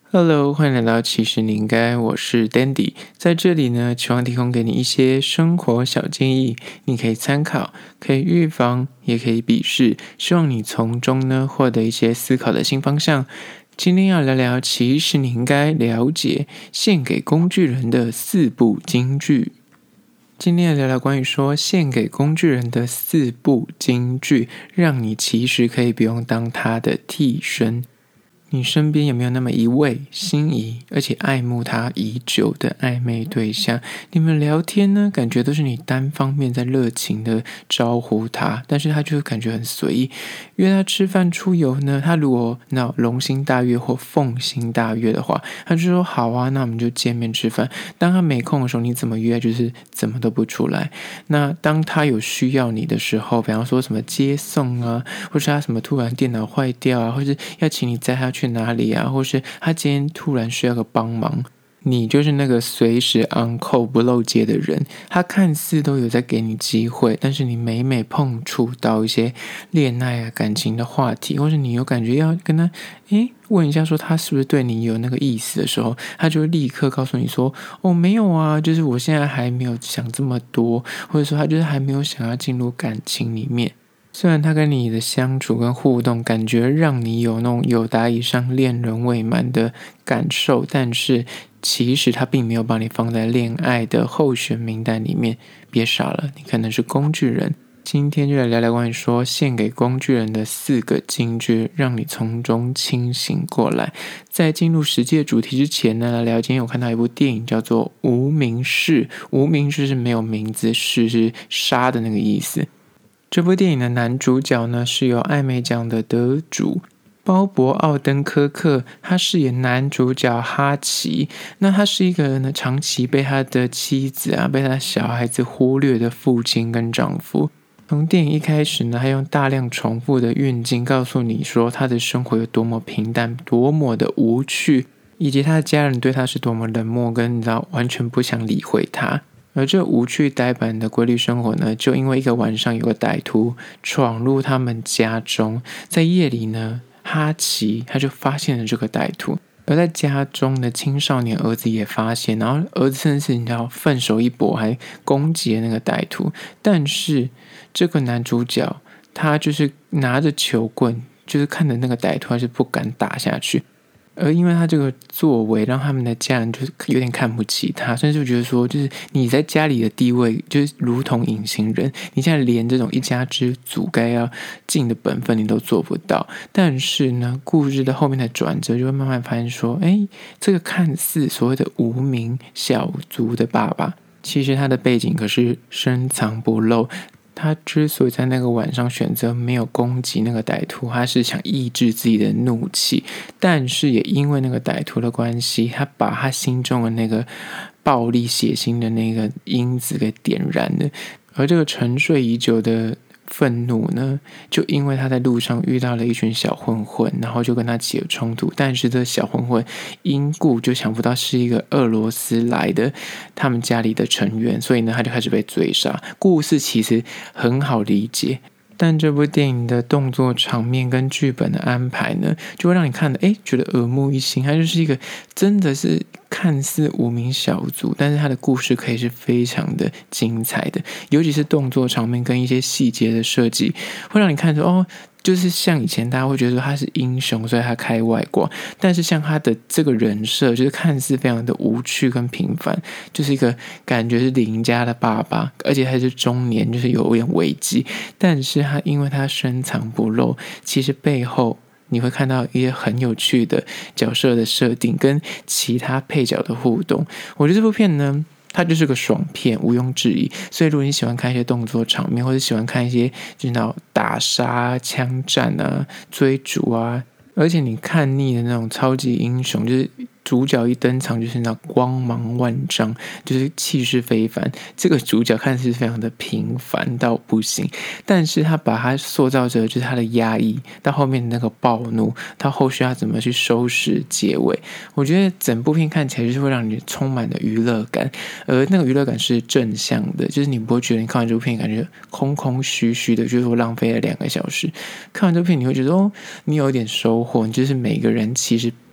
Hello，欢迎来到其实你应该，我是 Dandy，在这里呢，期望提供给你一些生活小建议，你可以参考，可以预防，也可以鄙视，希望你从中呢获得一些思考的新方向。今天要聊聊，其实你应该了解献给工具人的4部金句。今天要聊聊关于说献给工具人的4部金句，让你其实可以不用当他的替身。你身边有没有那么一位心仪而且爱慕他已久的暧昧对象？你们聊天呢，感觉都是你单方面在热情的招呼他，但是他就感觉很随意。约他吃饭出游呢，他如果龙心大悦或凤心大悦的话，他就说好啊，那我们就见面吃饭。当他没空的时候，你怎么约就是怎么都不出来。那当他有需要你的时候，比方说什么接送啊，或是他什么突然电脑坏掉啊，或是要请你载他去哪里啊，或是他今天突然需要个帮忙，你就是那个随时 on call 不漏接的人。他看似都有在给你机会，但是你每每碰触到一些恋爱啊感情的话题，或是你有感觉要跟他问一下说他是不是对你有那个意思的时候，他就会立刻告诉你说没有啊，就是我现在还没有想这么多，或者说他就是还没有想要进入感情里面。虽然他跟你的相处跟互动感觉让你有那种友达以上恋人未满的感受，但是其实他并没有把你放在恋爱的候选名单里面。别傻了，你可能是工具人。今天就来聊聊关于说献给工具人的4个金句，让你从中清醒过来。在进入实际的主题之前呢，来聊今天我看到一部电影叫做《无名氏》。无名氏是没有名字，氏是杀的那个意思。这部电影的男主角呢，是由艾美奖的得主鲍勃·奥登科克，他饰演男主角哈奇。那他是一个呢长期被他的妻子被他小孩子忽略的父亲跟丈夫。从电影一开始呢，他用大量重复的运镜告诉你说他的生活有多么平淡，多么的无趣，以及他的家人对他是多么冷漠，跟你知道完全不想理会他。而这无趣呆板的规律生活呢，就因为一个晚上有个歹徒闯入他们家中，在夜里呢，哈奇他就发现了这个歹徒，而在家中的青少年儿子也发现，然后儿子甚至是你知道奋手一搏，还攻击了那个歹徒。但是这个男主角他就是拿着球棍，就是看着那个歹徒，他是不敢打下去。而因为他这个作为，让他们的家人就是有点看不起他，甚至就觉得说，就是你在家里的地位就是如同隐形人，你现在连这种一家之主该要尽的本分你都做不到。但是呢，故事的后面的转折就会慢慢发现说，这个看似所谓的无名小卒的爸爸，其实他的背景可是深藏不露。他之所以在那个晚上选择没有攻击那个歹徒，他是想抑制自己的怒气，但是也因为那个歹徒的关系，他把他心中的那个暴力血腥的那个因子给点燃了。而这个沉睡已久的愤怒呢，就因为他在路上遇到了一群小混混，然后就跟他起了冲突。但是这小混混因故就想不到是一个俄罗斯来的他们家里的成员，所以呢他就开始被追杀。故事其实很好理解，但这部电影的动作场面跟剧本的安排呢，就会让你看得觉得耳目一新。它就是一个真的是看似无名小卒，但是它的故事可以是非常的精彩的，尤其是动作场面跟一些细节的设计，会让你看说就是像以前大家会觉得说他是英雄，所以他开外挂，但是像他的这个人设就是看似非常的无趣跟平凡，就是一个感觉是邻家的爸爸，而且他是中年，就是有点危机，但是他因为他深藏不露，其实背后你会看到一些很有趣的角色的设定跟其他配角的互动。我觉得这部片呢，它就是个爽片，毋庸置疑。所以如果你喜欢看一些动作场面，或者喜欢看一些打杀、枪战啊、追逐啊，而且你看腻的那种超级英雄，就是主角一登场就是那光芒万丈，就是气势非凡。这个主角看似非常的平凡到不行，但是他把他塑造着就是他的压抑，到后面的那个暴怒，到后续他怎么去收拾结尾。我觉得整部片看起来就是会让你充满了娱乐感，而那个娱乐感是正向的，就是你不会觉得你看完这部片感觉空空虚虚的，就是我浪费了2个小时。看完这部片你会觉得你有一点收获，就是每个人其实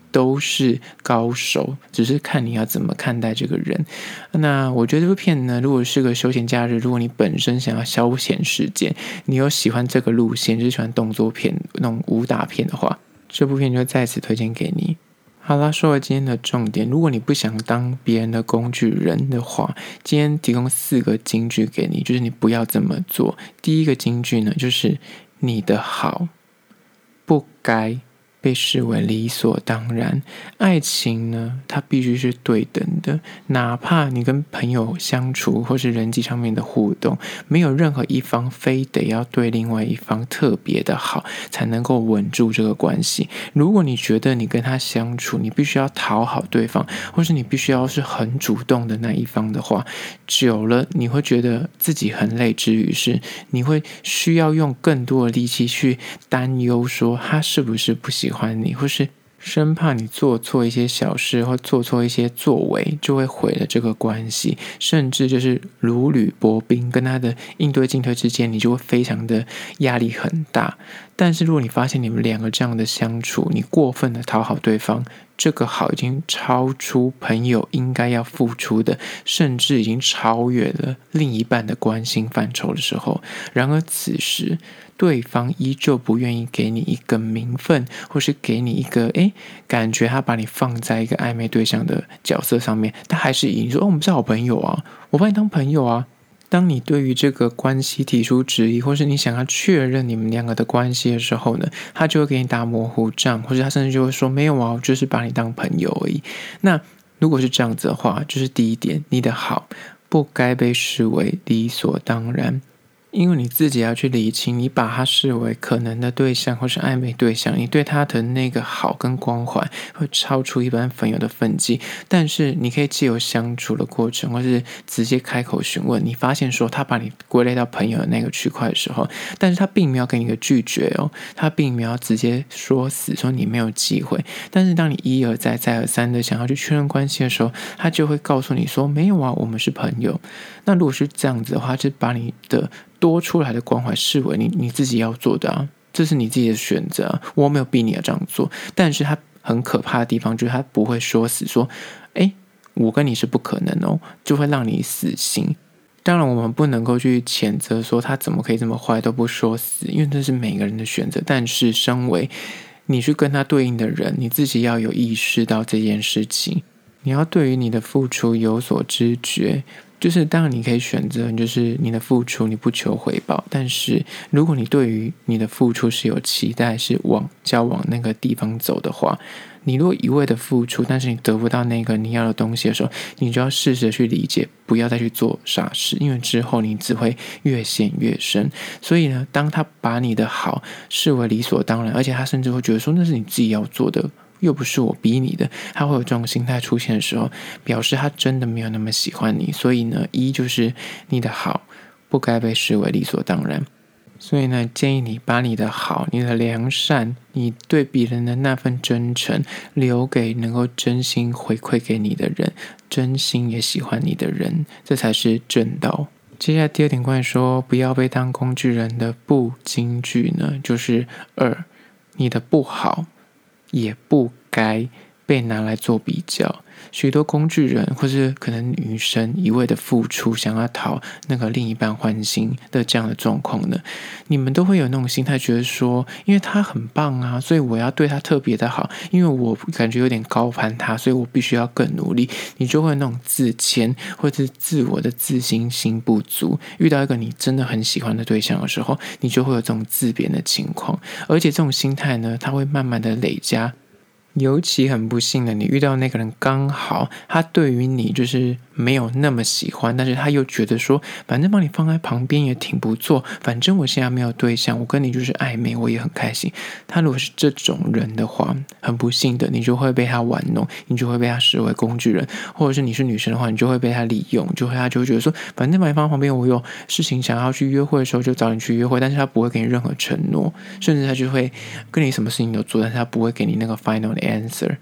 都是高手，只是看你要怎么看待这个人。那我觉得这部片呢，如果是个休闲假日，如果你本身想要消遣时间，你有喜欢这个路线，就是喜欢动作片那种武打片的话，这部片就再次推荐给你。好啦，说了今天的重点，如果你不想当别人的工具人的话，今天提供4个金句给你，就是你不要这么做。第一个金句呢，就是你的好不该被视为理所当然。爱情呢，它必须是对等的，哪怕你跟朋友相处或是人际上面的互动，没有任何一方非得要对另外一方特别的好，才能够稳住这个关系。如果你觉得你跟他相处，你必须要讨好对方，或是你必须要是很主动的那一方的话，久了你会觉得自己很累，之余是你会需要用更多的力气去担忧说他是不是不喜欢你，或是生怕你做错一些小事或做错一些作为，就会毁了这个关系，甚至就是如履薄冰，跟他的应对进退之间，你就会非常的压力很大。但是如果你发现你们两个这样的相处，你过分的讨好对方，这个好已经超出朋友应该要付出的，甚至已经超越了另一半的关心范畴的时候，然而此时对方依旧不愿意给你一个名分，或是给你一个感觉他把你放在一个暧昧对象的角色上面，他还是以你说我们是好朋友啊，我把你当朋友啊。当你对于这个关系提出质疑，或是你想要确认你们两个的关系的时候呢，他就会给你打模糊仗，或者他甚至就会说没有啊，我就是把你当朋友而已。那如果是这样子的话，就是第一点，你的好不该被视为理所当然。因为你自己要去理清，你把他视为可能的对象或是暧昧对象，你对他的那个好跟关怀会超出一般朋友的分际。但是你可以藉由相处的过程，或是直接开口询问，你发现说他把你归类到朋友的那个区块的时候，但是他并没有给你一个拒绝哦，他并没有直接说死说你没有机会。但是当你一而再再而三的想要去确认关系的时候，他就会告诉你说没有啊，我们是朋友。那如果是这样子的话，就把你的多出来的关怀视为你自己要做的啊，这是你自己的选择啊，我没有逼你要这样做。但是他很可怕的地方就是他不会说死说我跟你是不可能哦，就会让你死心。当然我们不能够去谴责说他怎么可以这么坏都不说死，因为这是每个人的选择。但是身为你去跟他对应的人，你自己要有意识到这件事情，你要对于你的付出有所知觉。就是当然你可以选择就是你的付出你不求回报，但是如果你对于你的付出是有期待，是往交往那个地方走的话，你如果一味的付出，但是你得不到那个你要的东西的时候，你就要试着去理解，不要再去做傻事，因为之后你只会越陷越深。所以呢，当他把你的好视为理所当然，而且他甚至会觉得说那是你自己要做的，又不是我逼你的，他会有这种心态出现的时候，表示他真的没有那么喜欢你。所以呢，一就是你的好不该被视为理所当然。所以呢，建议你把你的好、你的良善、你对别人的那份真诚，留给能够真心回馈给你的人，真心也喜欢你的人，这才是正道。接下来第二点关于说不要被当工具人的不金句呢，就是2，你的不好也不该被拿来做比较。许多工具人或是可能女生一味的付出，想要讨那个另一半欢心的这样的状况呢，你们都会有那种心态，觉得说因为他很棒啊，所以我要对他特别的好，因为我感觉有点高攀他，所以我必须要更努力。你就会有那种自谦或者是自我的自信心不足，遇到一个你真的很喜欢的对象的时候，你就会有这种自贬的情况。而且这种心态呢，它会慢慢的累加，尤其很不幸的，你遇到那个人刚好他对于你就是没有那么喜欢，但是他又觉得说反正把你放在旁边也挺不错，反正我现在没有对象，我跟你就是暧昧，我也很开心。他如果是这种人的话，很不幸的，你就会被他玩弄，你就会被他视为工具人。或者是你是女生的话，你就会被他利用，他就会觉得说反正把你放在旁边，我有事情想要去约会的时候就找你去约会，但是他不会给你任何承诺，甚至他就会跟你什么事情都做，但是他不会给你那个 final answer。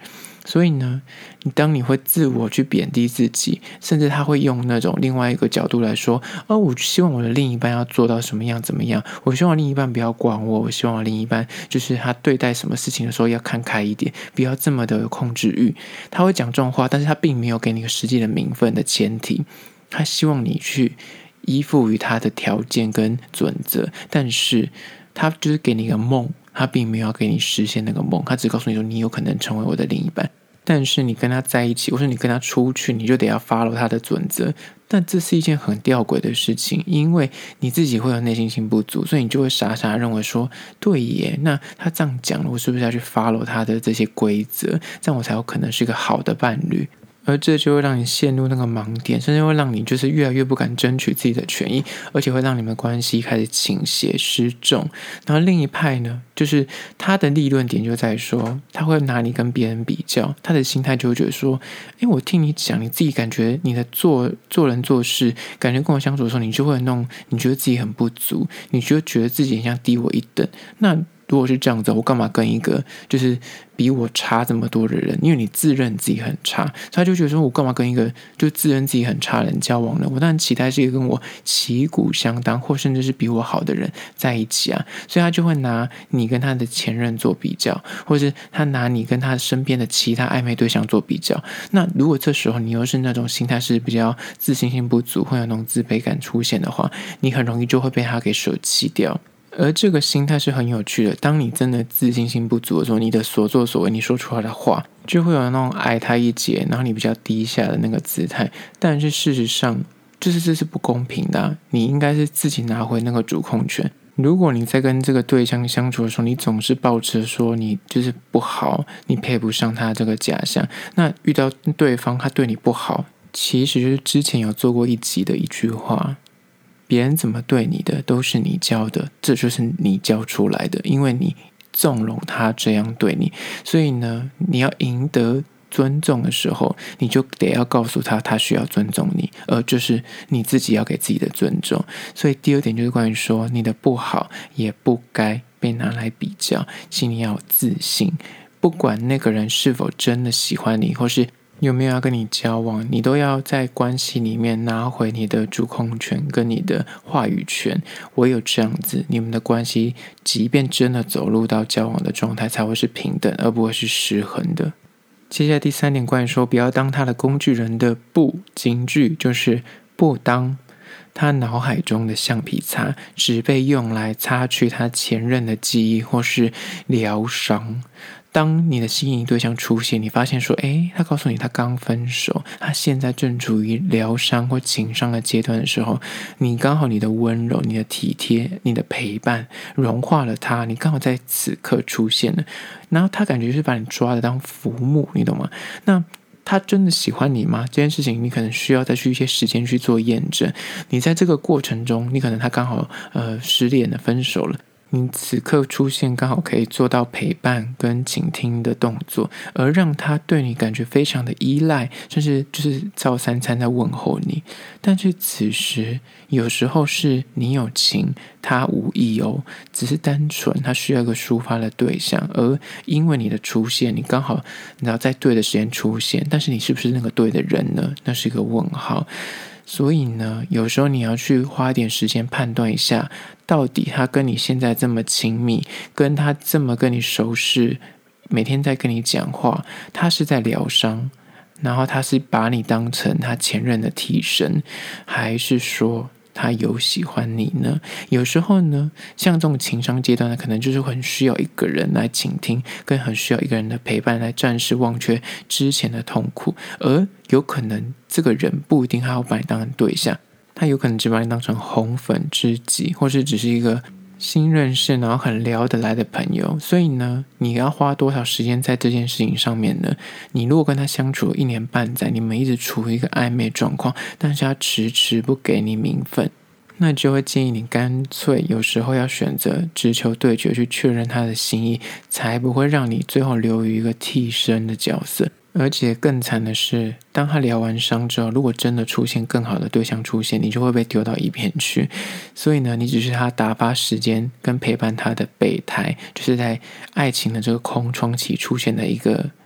所以呢，当你会自我去贬低自己，甚至他会用那种另外一个角度来说，我希望我的另一半要做到什么样怎么样，我希望另一半不要管我，我希望我另一半就是他对待什么事情的时候要看开一点，不要这么的有控制欲。他会讲这种话，但是他并没有给你一个实际的名分的前提，他希望你去依附于他的条件跟准则，但是他就是给你一个梦，他并没有要给你实现那个梦，他只告诉你说你有可能成为我的另一半，但是你跟他在一起，或是你跟他出去，你就得要 follow 他的准则。但这是一件很吊诡的事情，因为你自己会有内心性不足，所以你就会傻傻认为说，对耶，那他这样讲了，我是不是要去 follow 他的这些规则，这样我才有可能是一个好的伴侣？而这就会让你陷入那个盲点，甚至会让你就是越来越不敢争取自己的权益，而且会让你们的关系开始倾斜失重。然后另一派呢，就是他的立论点就在于说，他会拿你跟别人比较，他的心态就会觉得说，我听你讲，你自己感觉你的做人做事，感觉跟我相处的时候，你就会弄，你觉得自己很不足，你就觉得自己很像低我一等。那如果是这样子，我干嘛跟一个就是比我差这么多的人？因为你自认自己很差，他就觉得说我干嘛跟一个就自认自己很差的人交往呢？我当然期待是一个跟我旗鼓相当，或甚至是比我好的人在一起啊。所以他就会拿你跟他的前任做比较，或是他拿你跟他身边的其他暧昧对象做比较。那如果这时候你又是那种心态是比较自信心不足，会有那种自卑感出现的话，你很容易就会被他给舍弃掉。而这个心态是很有趣的，当你真的自信心不足的时候，你的所作所为，你说出来的话，就会有那种矮他一截，然后你比较低下的那个姿态。但是事实上，就是这是不公平的啊，你应该是自己拿回那个主控权。如果你在跟这个对象相处的时候，你总是抱持说你就是不好，你配不上他这个假象，那遇到对方他对你不好，其实是之前有做过一集的一句话，别人怎么对你的都是你教的，这就是你教出来的，因为你纵容他这样对你，所以呢，你要赢得尊重的时候，你就得要告诉他他需要尊重你，而就是你自己要给自己的尊重。所以第二点就是关于说，你的不好也不该被拿来比较，请你要有自信，不管那个人是否真的喜欢你，或是有没有要跟你交往，你都要在关系里面拿回你的主控权跟你的话语权。唯有这样子，你们的关系即便真的走入到交往的状态，才会是平等，而不会是失衡的。接下来第三点，关于说不要当他的工具人的不金句，就是不当他脑海中的橡皮擦，只被用来擦去他前任的记忆或是疗伤。当你的心仪对象出现，你发现说，他告诉你他刚分手，他现在正处于疗伤或情伤的阶段的时候，你刚好你的温柔、你的体贴、你的陪伴融化了他，你刚好在此刻出现了，然后他感觉是把你抓的当浮木，你懂吗？那他真的喜欢你吗？这件事情你可能需要再去一些时间去做验证。你在这个过程中，你可能他刚好失恋了、分手了，你此刻出现刚好可以做到陪伴跟倾听的动作，而让他对你感觉非常的依赖，甚至就是照三餐在问候你。但是此时有时候是你有情他无意哦，只是单纯他需要一个抒发的对象，而因为你的出现，你刚好你要在对的时间出现，但是你是不是那个对的人呢？那是一个问号。所以呢，有时候你要去花一点时间判断一下，到底他跟你现在这么亲密，跟他这么跟你熟识，每天在跟你讲话，他是在疗伤，然后他是把你当成他前任的替身，还是说他有喜欢你呢？有时候呢，像这种情伤阶段呢，可能就是很需要一个人来倾听，跟很需要一个人的陪伴来暂时忘却之前的痛苦，而有可能这个人不一定还要把你当成对象，他有可能只把你当成红粉知己，或是只是一个新认识然后很聊得来的朋友。所以呢，你要花多少时间在这件事情上面呢？你如果跟他相处1年半载，你们一直处于一个暧昧状况，但是他迟迟不给你名分，那就会建议你干脆有时候要选择直球对决去确认他的心意，才不会让你最后流于一个替身的角色。而且更惨的是，当他疗完伤之后，如果真的出现更好的对象出现，你就会被丢到一边去。所以呢，你只是他打发时间跟陪伴他的备胎，就是在爱情的这个空窗期出现的一个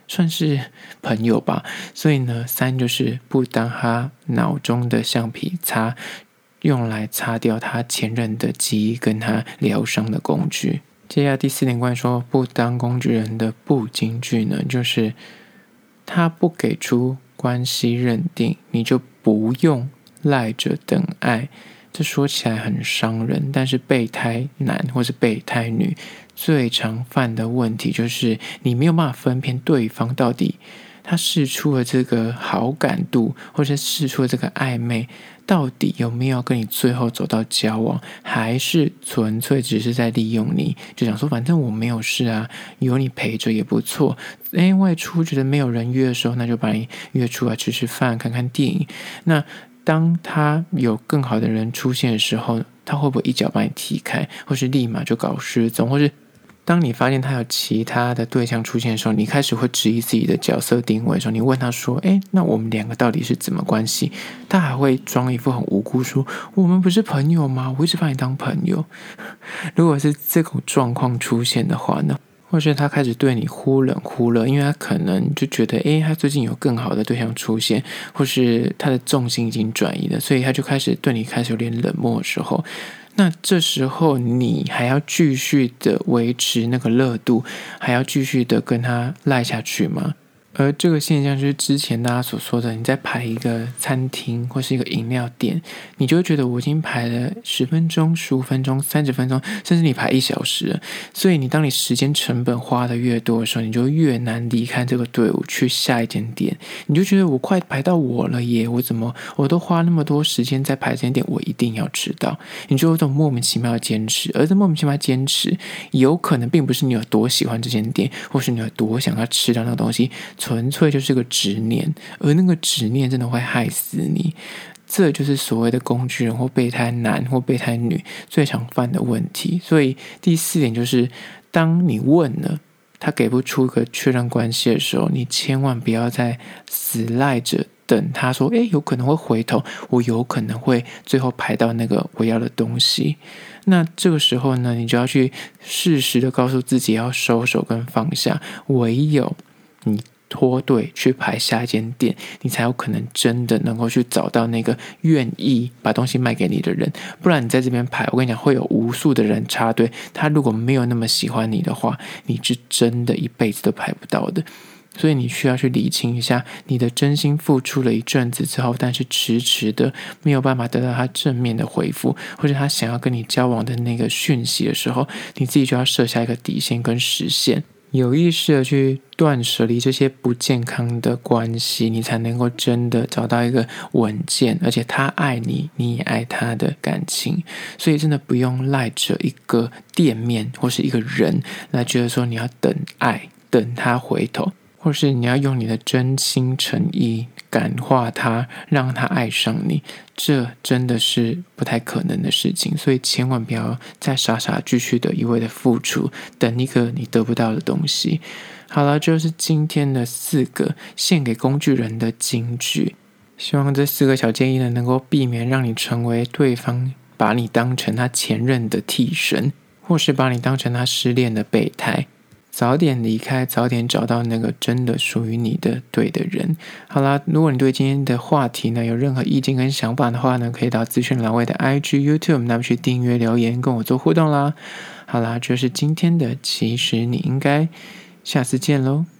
算是朋友吧。所以呢，3就是不当他脑中的橡皮擦，用来擦掉他前任的记忆跟他疗伤的工具。接下来第4点关于说不当工具人的不金句呢，就是他不给出关系认定，你就不用赖着等爱。这说起来很伤人，但是备胎男或是备胎女最常犯的问题就是你没有办法分辨对方到底他释出了这个好感度，或者释出了这个暧昧，到底有没有跟你最后走到交往，还是纯粹只是在利用你，就想说反正我没有事啊，有你陪着也不错。外出觉得没有人约的时候，那就把你约出来吃吃饭看看电影。那当他有更好的人出现的时候，他会不会一脚把你踢开，或是立马就搞失踪，或是当你发现他有其他的对象出现的时候，你开始会质疑自己的角色定位的时候，你问他说那我们2个到底是怎么关系？他还会装一副很无辜说我们不是朋友吗？我一直把你当朋友。如果是这种状况出现的话呢，或是他开始对你忽冷忽热，因为他可能就觉得他最近有更好的对象出现，或是他的重心已经转移了，所以他就开始对你开始有点冷漠的时候，那这时候你还要继续的维持那个热度，还要继续的跟他赖下去吗？而这个现象就是之前大家所说的，你在排一个餐厅或是一个饮料店，你就会觉得我已经排了10分钟、15分钟、30分钟，甚至你排1小时了。所以当你时间成本花的越多的时候，你就越难离开这个队伍去下一间店。你就觉得我快排到我了耶，我都花那么多时间在排这间店，我一定要吃到。你就有种莫名其妙的坚持，而这莫名其妙的坚持有可能并不是你有多喜欢这间店，或是你有多想要吃到那个东西，纯粹就是个执念，而那个执念真的会害死你。这就是所谓的工具人或备胎男或备胎女最常犯的问题。所以第4点就是，当你问了他给不出个确认关系的时候，你千万不要再死赖着等他说有可能会回头，我有可能会最后排到那个我要的东西。那这个时候呢，你就要去适时的告诉自己要收手跟放下，唯有你脱队去排下一间店，你才有可能真的能够去找到那个愿意把东西卖给你的人。不然你在这边排，我跟你讲会有无数的人插队，他如果没有那么喜欢你的话，你是真的一辈子都排不到的。所以你需要去理清一下，你的真心付出了一阵子之后，但是迟迟的没有办法得到他正面的回复，或者他想要跟你交往的那个讯息的时候，你自己就要设下一个底线跟时限，有意识的去断舍离这些不健康的关系，你才能够真的找到一个稳健，而且他爱你，你也爱他的感情。所以真的不用赖着一个店面或是一个人来觉得说你要等爱，等他回头，或是你要用你的真心诚意感化他，让他爱上你，这真的是不太可能的事情。所以千万不要再傻傻继续的一味的付出，等一个你得不到的东西。好了，就是今天的4个献给工具人的金句。希望这4个小建议呢，能够避免让你成为对方把你当成他前任的替身，或是把你当成他失恋的备胎。早点离开，早点找到那个真的属于你的对的人。好啦，如果你对今天的话题呢有任何意见跟想法的话呢，可以到资讯栏位的 IG、YouTube 那边去订阅留言跟我做互动啦。好啦，这是今天的，其实你应该，下次见咯。